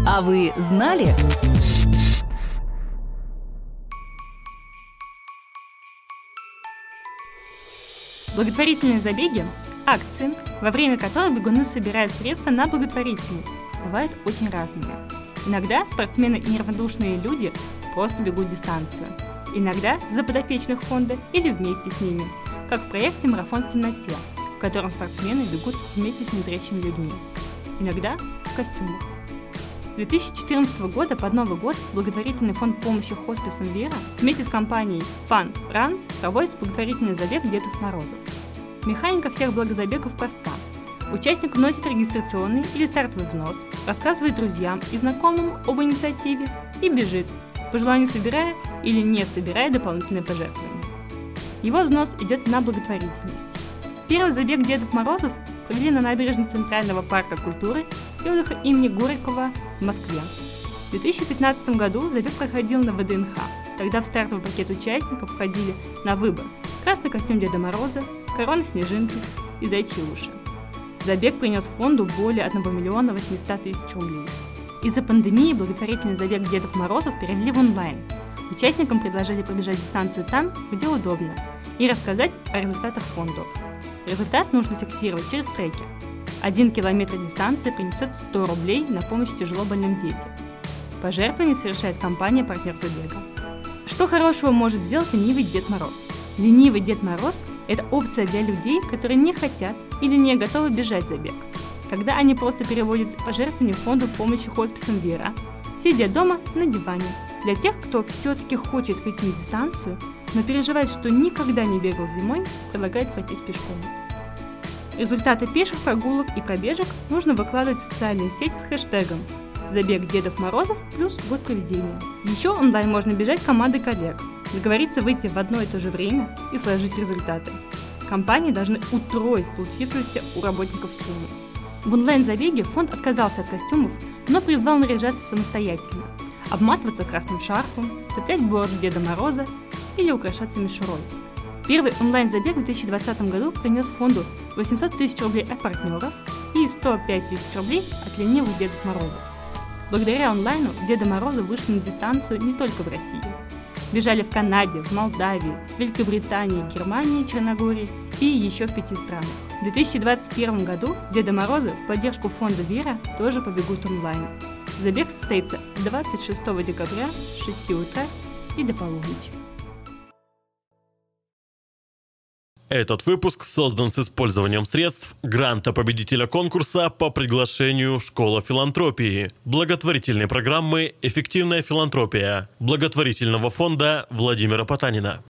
А вы знали? Благотворительные забеги – акции, во время которых бегуны собирают средства на благотворительность, бывают очень разными. Иногда спортсмены и неравнодушные люди просто бегут дистанцию. Иногда за подопечных фонда или вместе с ними, как в проекте «Марафон в темноте», в котором спортсмены бегут вместе с незрячими людьми. Иногда в костюмах. С 2014 года под Новый год благотворительный фонд помощи хосписам «Вера» вместе с компанией Fun Runs проводит благотворительный забег Дедов Морозов. Механика всех благозабегов проста. Участник вносит регистрационный или стартовый взнос, рассказывает друзьям и знакомым об инициативе и бежит, по желанию собирая или не собирая дополнительные пожертвования. Его взнос идет на благотворительность. Первый забег Дедов Морозов провели на набережной Центрального парка культуры и отдыха имени Горького в Москве. В 2015 году забег проходил на ВДНХ. Тогда в стартовый пакет участников входили на выбор красный костюм Деда Мороза, корона снежинки и зайчьи уши. Забег принес фонду более 1 800 000 рублей. Из-за пандемии благотворительный забег Дедов Морозов перевели в онлайн. Участникам предложили пробежать дистанцию там, где удобно, и рассказать о результатах фонду. Результат нужно фиксировать через трекер. 1 километр дистанции принесет 100 рублей на помощь тяжелобольным детям. Пожертвование совершает компания-партнер забега. Что хорошего может сделать ленивый Дед Мороз? Ленивый Дед Мороз – это опция для людей, которые не хотят или не готовы бежать забег. Тогда они просто переводят пожертвование фонду помощи хосписам «Вера», сидя дома на диване. Для тех, кто все-таки хочет выйти на дистанцию, но переживает, что никогда не бегал зимой, предлагает пройтись пешком. Результаты пеших прогулок и пробежек нужно выкладывать в социальные сети с хэштегом «Забег Дедов Морозов плюс год проведения». Еще онлайн можно бежать командой коллег, договориться выйти в одно и то же время и сложить результаты. Компании должны утроить получившуюся у работников сумму. В онлайн-забеге фонд отказался от костюмов, но призвал наряжаться самостоятельно, обматываться красным шарфом, цеплять бороду Деда Мороза или украшаться мишурой. Первый онлайн-забег в 2020 году принес фонду 800 000 рублей от партнеров и 105 000 рублей от ленивых Дедов Морозов. Благодаря онлайну Деда Мороза вышли на дистанцию не только в России. Бежали в Канаде, в Молдавии, Великобритании, Германии, Черногории и еще в 5 странах. В 2021 году Деда Мороза в поддержку фонда «Вера» тоже побегут онлайн. Забег состоится 26 декабря с 6 утра и до полуночи. Этот выпуск создан с использованием средств гранта победителя конкурса по приглашению «Школа филантропии», благотворительной программы «Эффективная филантропия», благотворительного фонда Владимира Потанина.